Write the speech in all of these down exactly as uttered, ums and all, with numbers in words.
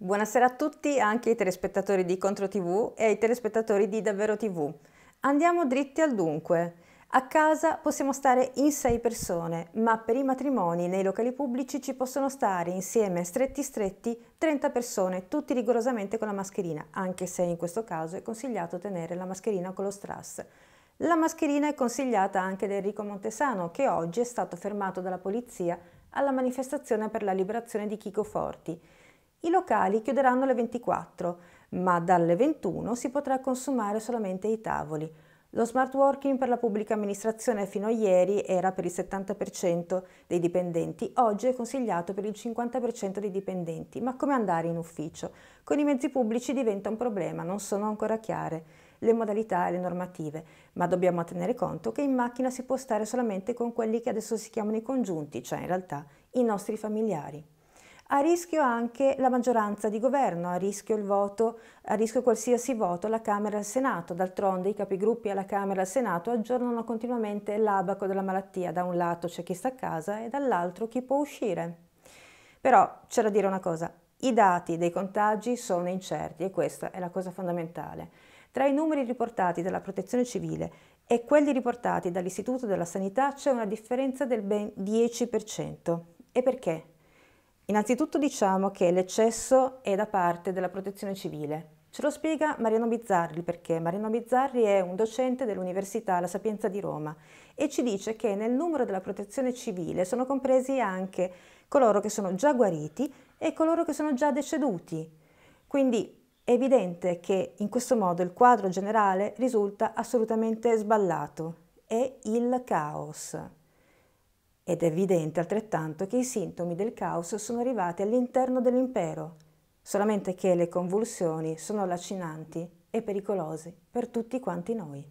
Buonasera a tutti, anche ai telespettatori di Contro T V e ai telespettatori di Davvero T V. Andiamo dritti al dunque. A casa possiamo stare in sei persone, ma per i matrimoni nei locali pubblici ci possono stare insieme stretti stretti trenta persone, tutti rigorosamente con la mascherina, anche se in questo caso è consigliato tenere la mascherina con lo strass. La mascherina è consigliata anche da Enrico Montesano, che oggi è stato fermato dalla polizia alla manifestazione per la liberazione di Chico Forti. I locali chiuderanno alle ventiquattro, ma dalle ventuno si potrà consumare solamente ai tavoli. Lo smart working per la pubblica amministrazione fino a ieri era per il settanta per cento dei dipendenti, oggi è consigliato per il cinquanta per cento dei dipendenti. Ma come andare in ufficio? Con i mezzi pubblici diventa un problema, non sono ancora chiare le modalità e le normative, ma dobbiamo tenere conto che in macchina si può stare solamente con quelli che adesso si chiamano i congiunti, cioè in realtà i nostri familiari. A rischio anche la maggioranza di governo, a rischio il voto, a rischio qualsiasi voto alla Camera e al Senato. D'altronde i capigruppi alla Camera e al Senato aggiornano continuamente l'abaco della malattia. Da un lato c'è chi sta a casa e dall'altro chi può uscire. Però c'è da dire una cosa, i dati dei contagi sono incerti e questa è la cosa fondamentale. Tra i numeri riportati dalla Protezione Civile e quelli riportati dall'Istituto della Sanità c'è una differenza del ben dieci per cento. E perché? Innanzitutto diciamo che l'eccesso è da parte della Protezione Civile. Ce lo spiega Mariano Bizzarri, perché Mariano Bizzarri è un docente dell'Università La Sapienza di Roma e ci dice che nel numero della Protezione Civile sono compresi anche coloro che sono già guariti e coloro che sono già deceduti. Quindi è evidente che in questo modo il quadro generale risulta assolutamente sballato. È il caos. Ed è evidente altrettanto che i sintomi del caos sono arrivati all'interno dell'impero, solamente che le convulsioni sono lacinanti e pericolose per tutti quanti noi.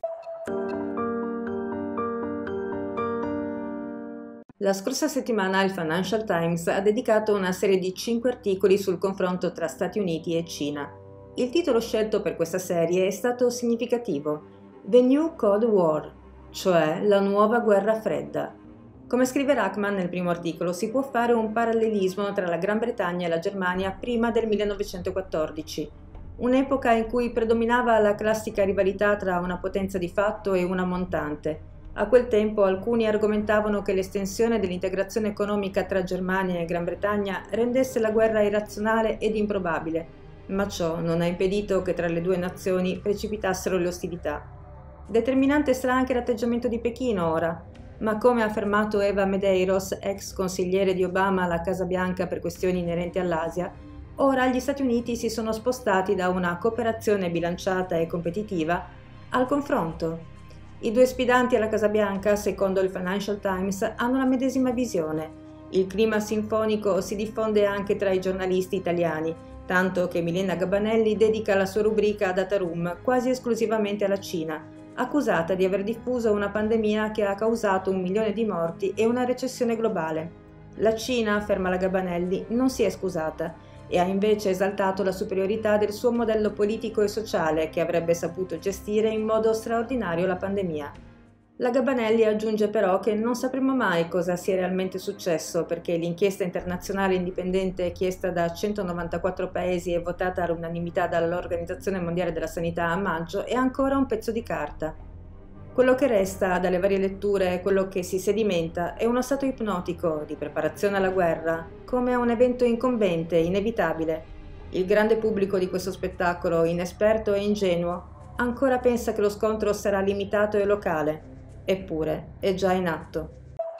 La scorsa settimana il Financial Times ha dedicato una serie di cinque articoli sul confronto tra Stati Uniti e Cina. Il titolo scelto per questa serie è stato significativo: The New Cold War, cioè la nuova guerra fredda. Come scrive Rachman nel primo articolo, si può fare un parallelismo tra la Gran Bretagna e la Germania prima del millenovecentoquattordici, un'epoca in cui predominava la classica rivalità tra una potenza di fatto e una montante. A quel tempo alcuni argomentavano che l'estensione dell'integrazione economica tra Germania e Gran Bretagna rendesse la guerra irrazionale ed improbabile, ma ciò non ha impedito che tra le due nazioni precipitassero le ostilità. Determinante sarà anche l'atteggiamento di Pechino ora, ma come ha affermato Eva Medeiros, ex consigliere di Obama alla Casa Bianca per questioni inerenti all'Asia, ora gli Stati Uniti si sono spostati da una cooperazione bilanciata e competitiva al confronto. I due sfidanti alla Casa Bianca, secondo il Financial Times, hanno la medesima visione. Il clima sinfonico si diffonde anche tra i giornalisti italiani, tanto che Milena Gabanelli dedica la sua rubrica Data Room quasi esclusivamente alla Cina, accusata di aver diffuso una pandemia che ha causato un milione di morti e una recessione globale. La Cina, afferma la Gabanelli, non si è scusata e ha invece esaltato la superiorità del suo modello politico e sociale che avrebbe saputo gestire in modo straordinario la pandemia. La Gabanelli aggiunge però che non sapremo mai cosa sia realmente successo perché l'inchiesta internazionale indipendente chiesta da centonovantaquattro paesi e votata all'unanimità dall'Organizzazione Mondiale della Sanità a maggio è ancora un pezzo di carta. Quello che resta dalle varie letture, quello che si sedimenta, è uno stato ipnotico di preparazione alla guerra, come a un evento incombente, inevitabile. Il grande pubblico di questo spettacolo, inesperto e ingenuo, ancora pensa che lo scontro sarà limitato e locale. Eppure è già in atto.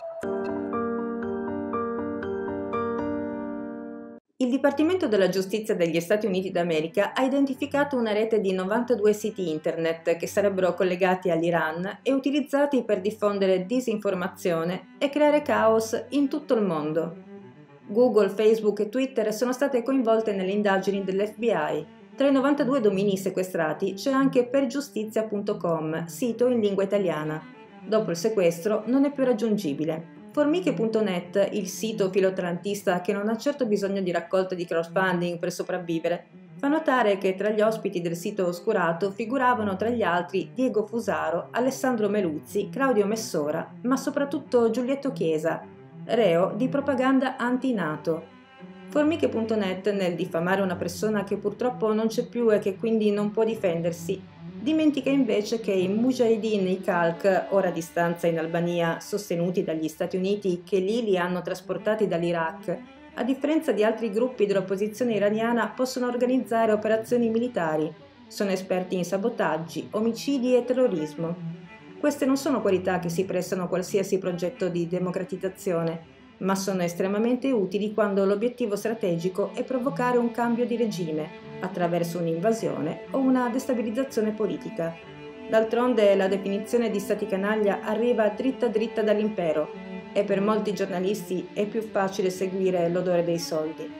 Il Dipartimento della Giustizia degli Stati Uniti d'America ha identificato una rete di novantadue siti internet che sarebbero collegati all'Iran e utilizzati per diffondere disinformazione e creare caos in tutto il mondo. Google, Facebook e Twitter sono state coinvolte nelle indagini dell'F B I. Tra i novantadue domini sequestrati c'è anche pergiustizia punto com, sito in lingua italiana. Dopo il sequestro non è più raggiungibile. Formiche punto net, il sito filoatlantista che non ha certo bisogno di raccolta di crowdfunding per sopravvivere, fa notare che tra gli ospiti del sito oscurato figuravano tra gli altri Diego Fusaro, Alessandro Meluzzi, Claudio Messora, ma soprattutto Giulietto Chiesa, reo di propaganda anti-NATO. Formiche punto net, nel diffamare una persona che purtroppo non c'è più e che quindi non può difendersi, dimentica invece che i Mujahideen, i Khalq, ora a distanza in Albania, sostenuti dagli Stati Uniti che lì li hanno trasportati dall'Iraq, a differenza di altri gruppi dell'opposizione iraniana, possono organizzare operazioni militari, sono esperti in sabotaggi, omicidi e terrorismo. Queste non sono qualità che si prestano a qualsiasi progetto di democratizzazione, ma sono estremamente utili quando l'obiettivo strategico è provocare un cambio di regime attraverso un'invasione o una destabilizzazione politica. D'altronde la definizione di stati canaglia arriva dritta dritta dall'impero e per molti giornalisti è più facile seguire l'odore dei soldi.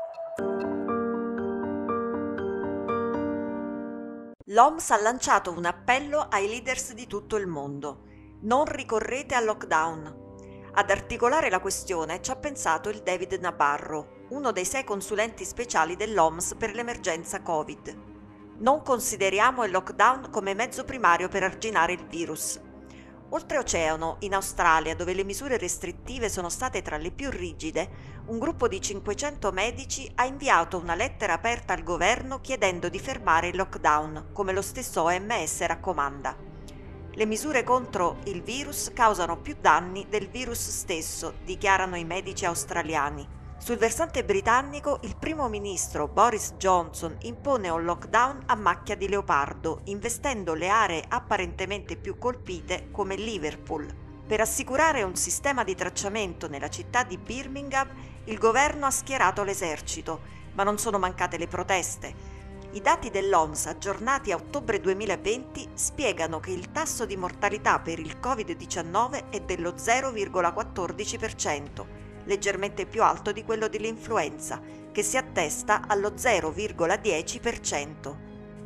L'O M S ha lanciato un appello ai leaders di tutto il mondo. Non ricorrete al lockdown. Ad articolare la questione ci ha pensato il David Nabarro, uno dei sei consulenti speciali dell'O M S per l'emergenza Covid. Non consideriamo il lockdown come mezzo primario per arginare il virus. Oltreoceano, in Australia, dove le misure restrittive sono state tra le più rigide, un gruppo di cinquecento medici ha inviato una lettera aperta al governo chiedendo di fermare il lockdown, come lo stesso O M S raccomanda. Le misure contro il virus causano più danni del virus stesso, dichiarano i medici australiani. Sul versante britannico, il primo ministro Boris Johnson impone un lockdown a macchia di leopardo, investendo le aree apparentemente più colpite come Liverpool. Per assicurare un sistema di tracciamento nella città di Birmingham, il governo ha schierato l'esercito, ma non sono mancate le proteste. I dati dell'O M S aggiornati a ottobre duemilaventi spiegano che il tasso di mortalità per il covid diciannove è dello zero virgola quattordici per cento, leggermente più alto di quello dell'influenza, che si attesta allo zero virgola dieci per cento.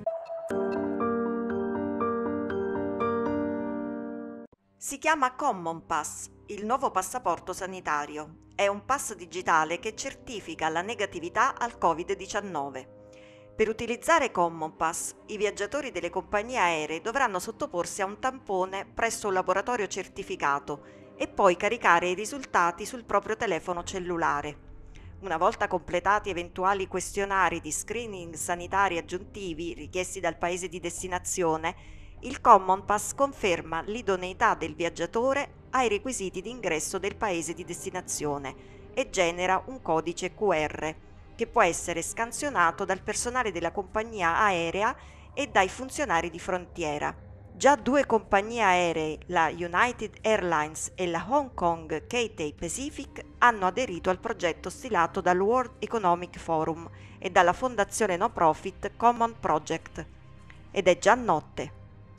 Si chiama Common Pass, il nuovo passaporto sanitario. È un pass digitale che certifica la negatività al covid diciannove. Per utilizzare Common Pass, i viaggiatori delle compagnie aeree dovranno sottoporsi a un tampone presso un laboratorio certificato e poi caricare i risultati sul proprio telefono cellulare. Una volta completati eventuali questionari di screening sanitari aggiuntivi richiesti dal paese di destinazione, il Common Pass conferma l'idoneità del viaggiatore ai requisiti di ingresso del paese di destinazione e genera un codice Q R che può essere scansionato dal personale della compagnia aerea e dai funzionari di frontiera. Già due compagnie aeree, la United Airlines e la Hong Kong Cathay Pacific, hanno aderito al progetto stilato dal World Economic Forum e dalla fondazione no profit Common Project. Ed è già notte.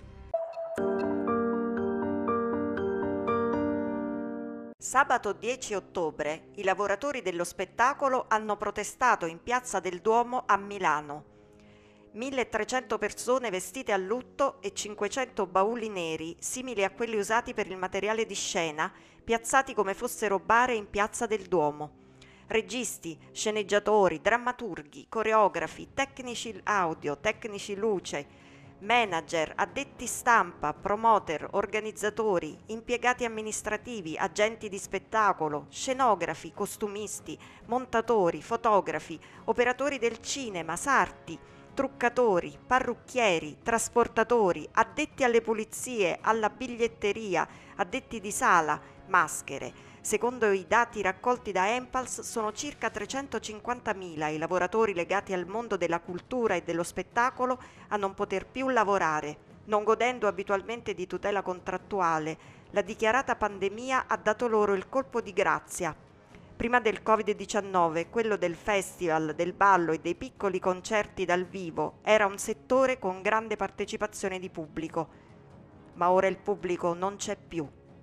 Sabato dieci ottobre i lavoratori dello spettacolo hanno protestato in Piazza del Duomo a Milano. milletrecento persone vestite a lutto e cinquecento bauli neri, simili a quelli usati per il materiale di scena, piazzati come fossero bare in Piazza del Duomo. Registi, sceneggiatori, drammaturghi, coreografi, tecnici audio, tecnici luce, manager, addetti stampa, promoter, organizzatori, impiegati amministrativi, agenti di spettacolo, scenografi, costumisti, montatori, fotografi, operatori del cinema, sarti, truccatori, parrucchieri, trasportatori, addetti alle pulizie, alla biglietteria, addetti di sala, maschere. Secondo i dati raccolti da Empals sono circa trecentocinquantamila i lavoratori legati al mondo della cultura e dello spettacolo a non poter più lavorare. Non godendo abitualmente di tutela contrattuale, la dichiarata pandemia ha dato loro il colpo di grazia. Prima del covid diciannove, quello del festival, del ballo e dei piccoli concerti dal vivo era un settore con grande partecipazione di pubblico, ma ora il pubblico non c'è più.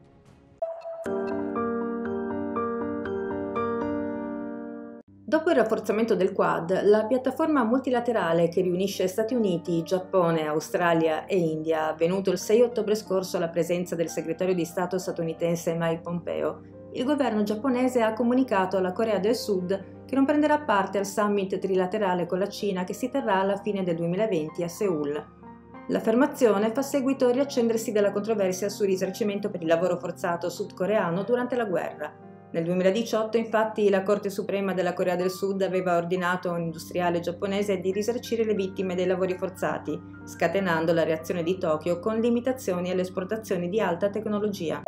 Dopo il rafforzamento del Quad, la piattaforma multilaterale che riunisce Stati Uniti, Giappone, Australia e India, avvenuto il sei ottobre scorso alla presenza del segretario di Stato statunitense Mike Pompeo, il governo giapponese ha comunicato alla Corea del Sud che non prenderà parte al summit trilaterale con la Cina che si terrà alla fine del duemilaventi a Seul. L'affermazione fa seguito al riaccendersi della controversia sul risarcimento per il lavoro forzato sudcoreano durante la guerra. Nel duemiladiciotto, infatti, la Corte Suprema della Corea del Sud aveva ordinato a un industriale giapponese di risarcire le vittime dei lavori forzati, scatenando la reazione di Tokyo con limitazioni alle esportazioni di alta tecnologia.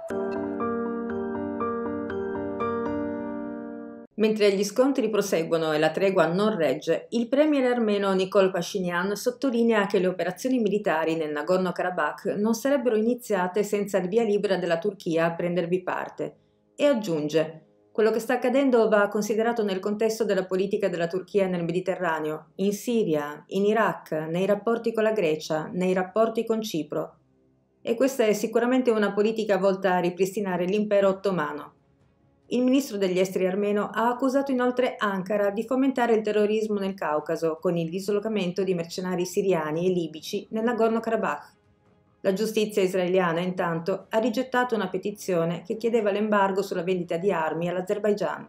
Mentre gli scontri proseguono e la tregua non regge, il premier armeno Nikol Pashinyan sottolinea che le operazioni militari nel Nagorno-Karabakh non sarebbero iniziate senza il via libera della Turchia a prendervi parte. E aggiunge: quello che sta accadendo va considerato nel contesto della politica della Turchia nel Mediterraneo, in Siria, in Iraq, nei rapporti con la Grecia, nei rapporti con Cipro. E questa è sicuramente una politica volta a ripristinare l'impero ottomano. Il ministro degli esteri armeno ha accusato inoltre Ankara di fomentare il terrorismo nel Caucaso con il dislocamento di mercenari siriani e libici nel Nagorno-Karabakh. La giustizia israeliana, intanto, ha rigettato una petizione che chiedeva l'embargo sulla vendita di armi all'Azerbaigian.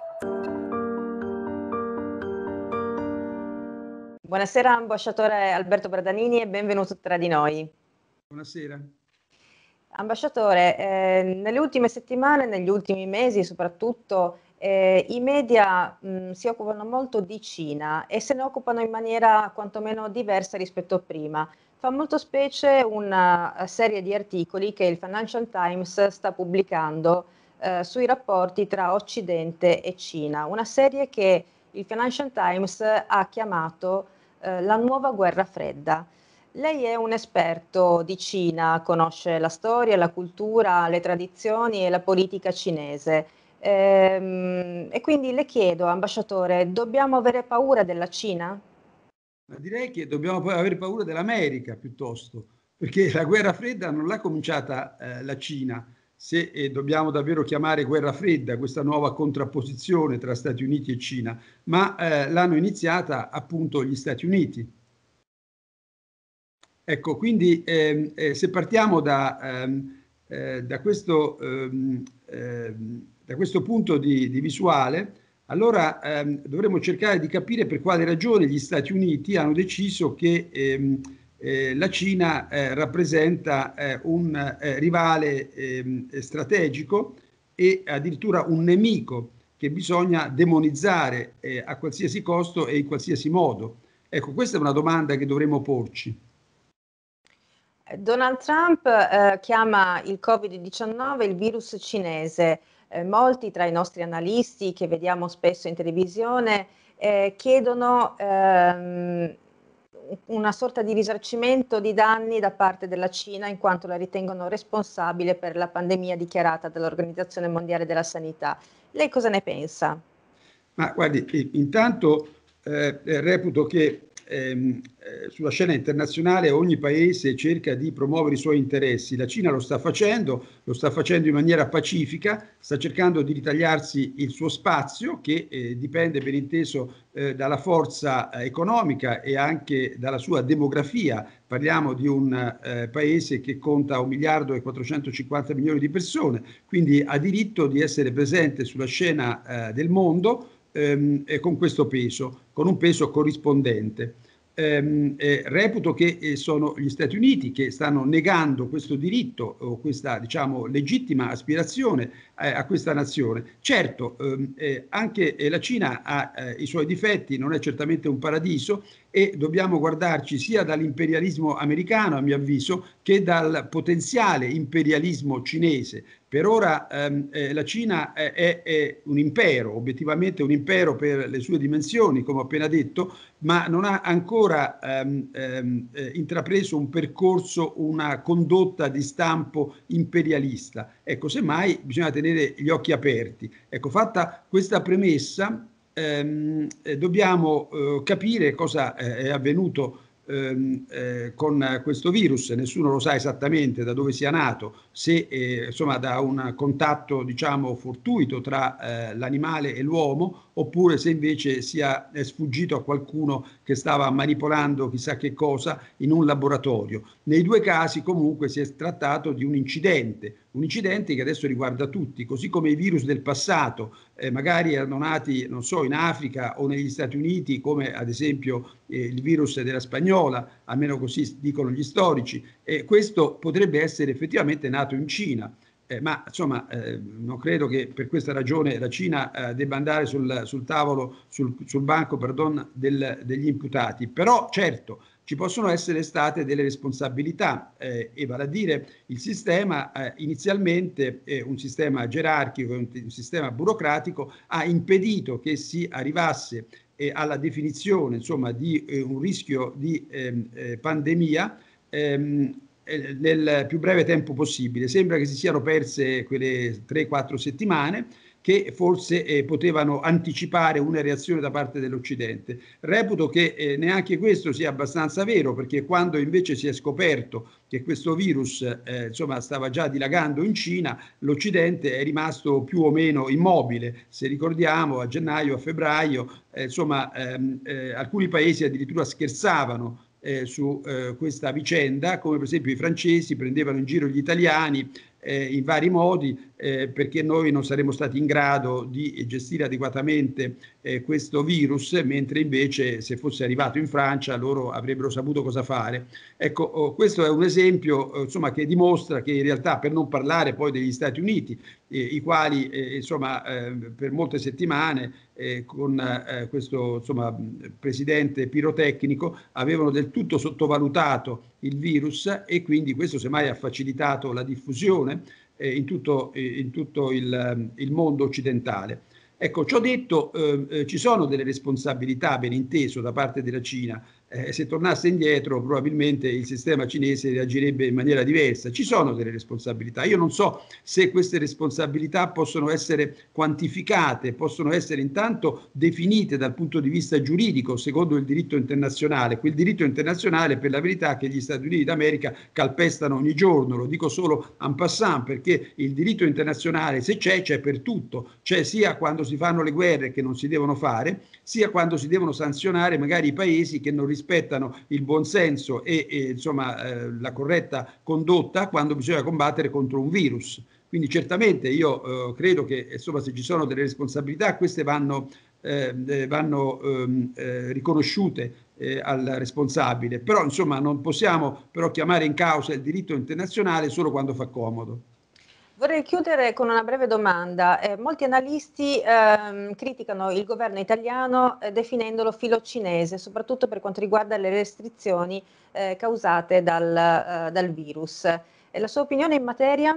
Buonasera, ambasciatore Alberto Bradanini, e benvenuto tra di noi. Buonasera. Ambasciatore, eh, nelle ultime settimane, negli ultimi mesi soprattutto, eh, i media mh, si occupano molto di Cina e se ne occupano in maniera quantomeno diversa rispetto a prima. Fa molto specie una serie di articoli che il Financial Times sta pubblicando eh, sui rapporti tra Occidente e Cina, una serie che il Financial Times ha chiamato eh, la nuova guerra fredda. Lei è un esperto di Cina, conosce la storia, la cultura, le tradizioni e la politica cinese. Ehm, e quindi le chiedo, ambasciatore, dobbiamo avere paura della Cina? Ma direi che dobbiamo poi avere paura dell'America piuttosto, perché la guerra fredda non l'ha cominciata eh, la Cina, se eh, dobbiamo davvero chiamare guerra fredda questa nuova contrapposizione tra Stati Uniti e Cina, ma eh, l'hanno iniziata appunto gli Stati Uniti. Ecco, quindi ehm, eh, se partiamo da, ehm, eh, da, questo, ehm, ehm, da questo punto di, di visuale, allora ehm, dovremmo cercare di capire per quale ragione gli Stati Uniti hanno deciso che ehm, eh, la Cina eh, rappresenta eh, un eh, rivale ehm, strategico e addirittura un nemico che bisogna demonizzare eh, a qualsiasi costo e in qualsiasi modo. Ecco, questa è una domanda che dovremmo porci. Donald Trump eh, chiama il Covid diciannove il virus cinese. Eh, molti tra i nostri analisti che vediamo spesso in televisione eh, chiedono ehm, una sorta di risarcimento di danni da parte della Cina in quanto la ritengono responsabile per la pandemia dichiarata dall'Organizzazione Mondiale della Sanità. Lei cosa ne pensa? Ma guardi, intanto eh, reputo che ehm, eh, sulla scena internazionale ogni paese cerca di promuovere i suoi interessi. La Cina lo sta facendo, lo sta facendo in maniera pacifica, sta cercando di ritagliarsi il suo spazio che eh, dipende ben inteso eh, dalla forza eh, economica e anche dalla sua demografia. Parliamo di un eh, paese che conta un miliardo e quattrocentocinquanta milioni di persone, quindi ha diritto di essere presente sulla scena eh, del mondo ehm, con questo peso, con un peso corrispondente. Eh, eh, reputo che eh, sono gli Stati Uniti che stanno negando questo diritto o questa, diciamo, legittima aspirazione eh, a questa nazione. Certo, ehm, eh, anche eh, la Cina ha eh, i suoi difetti, non è certamente un paradiso e dobbiamo guardarci sia dall'imperialismo americano, a mio avviso, che dal potenziale imperialismo cinese. Per ora ehm, eh, la Cina è, è, è un impero, obiettivamente un impero per le sue dimensioni, come ho appena detto, ma non ha ancora ehm, ehm, eh, intrapreso un percorso, una condotta di stampo imperialista. Ecco, semmai bisogna tenere gli occhi aperti. Ecco, fatta questa premessa, ehm, eh, dobbiamo eh, capire cosa eh, è avvenuto Ehm, eh, con questo virus. Nessuno lo sa esattamente da dove sia nato, se eh, insomma da un contatto diciamo fortuito tra eh, l'animale e l'uomo oppure se invece sia è sfuggito a qualcuno che stava manipolando chissà che cosa in un laboratorio. Nei due casi comunque si è trattato di un incidente, un incidente che adesso riguarda tutti, così come i virus del passato eh, magari erano nati, non so, in Africa o negli Stati Uniti, come ad esempio eh, il virus della spagnola, almeno così dicono gli storici, e questo potrebbe essere effettivamente nato in Cina. Eh, ma insomma eh, non credo che per questa ragione la Cina eh, debba andare sul, sul tavolo, sul, sul banco, perdon, del, degli imputati. Però certo ci possono essere state delle responsabilità eh, e vale a dire il sistema eh, inizialmente eh, un sistema gerarchico, un, un sistema burocratico ha impedito che si arrivasse eh, alla definizione insomma di eh, un rischio di ehm, eh, pandemia ehm, nel più breve tempo possibile. Sembra che si siano perse quelle tre quattro settimane che forse eh, potevano anticipare una reazione da parte dell'Occidente. Reputo che eh, neanche questo sia abbastanza vero, perché quando invece si è scoperto che questo virus eh, insomma, stava già dilagando in Cina, l'Occidente è rimasto più o meno immobile. Se ricordiamo, a gennaio, a febbraio, eh, insomma, ehm, eh, alcuni paesi addirittura scherzavano Eh, su eh, questa vicenda, come per esempio i francesi prendevano in giro gli italiani eh, in vari modi eh, perché noi non saremmo stati in grado di gestire adeguatamente eh, questo virus, mentre invece se fosse arrivato in Francia loro avrebbero saputo cosa fare. Ecco, oh, questo è un esempio eh, insomma, che dimostra che in realtà, per non parlare poi degli Stati Uniti, eh, i quali eh, insomma, eh, per molte settimane eh, con eh, questo insomma, presidente pirotecnico avevano del tutto sottovalutato il virus e quindi questo semmai ha facilitato la diffusione eh, in tutto, eh, in tutto il, il mondo occidentale. Ecco, ciò detto, eh, ci sono delle responsabilità, ben inteso, da parte della Cina. Eh, se tornasse indietro probabilmente il sistema cinese reagirebbe in maniera diversa. Ci sono delle responsabilità. Io non so se queste responsabilità possono essere quantificate, possono essere intanto definite dal punto di vista giuridico secondo il diritto internazionale. Quel diritto internazionale, per la verità, che gli Stati Uniti d'America calpestano ogni giorno. Lo dico solo en passant, perché il diritto internazionale, se c'è, c'è per tutto. C'è sia quando si fanno le guerre che non si devono fare, sia quando si devono sanzionare magari i paesi che non rispettano il buonsenso e, e insomma, eh, la corretta condotta quando bisogna combattere contro un virus. Quindi certamente io eh, credo che insomma, se ci sono delle responsabilità, queste vanno, eh, vanno ehm, eh, riconosciute eh, al responsabile, però insomma non possiamo però chiamare in causa il diritto internazionale solo quando fa comodo. Vorrei chiudere con una breve domanda. Eh, molti analisti ehm, criticano il governo italiano eh, definendolo filo cinese, soprattutto per quanto riguarda le restrizioni eh, causate dal, eh, dal virus. E la sua opinione in materia?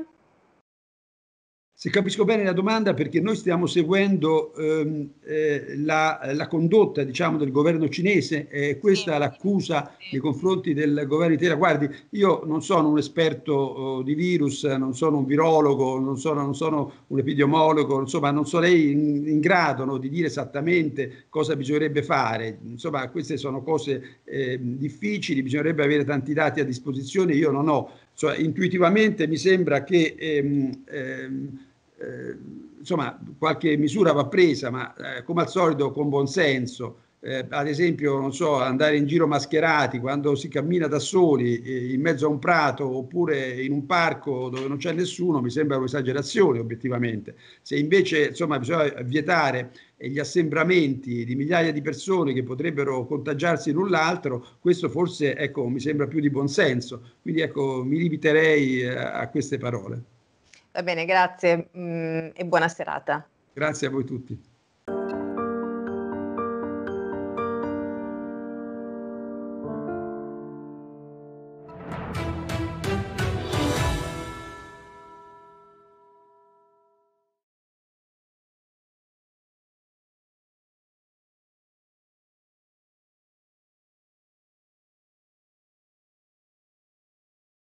Se capisco bene la domanda, perché noi stiamo seguendo ehm, eh, la, la condotta, diciamo, del governo cinese, è questa Sì. l'accusa nei confronti del governo italiano. Guardi, io non sono un esperto oh, di virus, non sono un virologo, non sono, non sono un epidemiologo, insomma non sarei in, in grado no, di dire esattamente cosa bisognerebbe fare. Insomma, queste sono cose eh, difficili, bisognerebbe avere tanti dati a disposizione, io non ho. Cioè, intuitivamente mi sembra che ehm, ehm, eh, insomma, qualche misura va presa, ma eh, come al solito con buon senso. Eh, ad esempio, non so, andare in giro mascherati quando si cammina da soli eh, in mezzo a un prato oppure in un parco dove non c'è nessuno mi sembra un'esagerazione obiettivamente. Se invece insomma, bisogna vietare gli assembramenti di migliaia di persone che potrebbero contagiarsi l'un l'altro, questo forse ecco, mi sembra più di buonsenso. Quindi ecco, mi limiterei eh, a queste parole. Va bene, grazie mh, e buona serata. Grazie a voi tutti.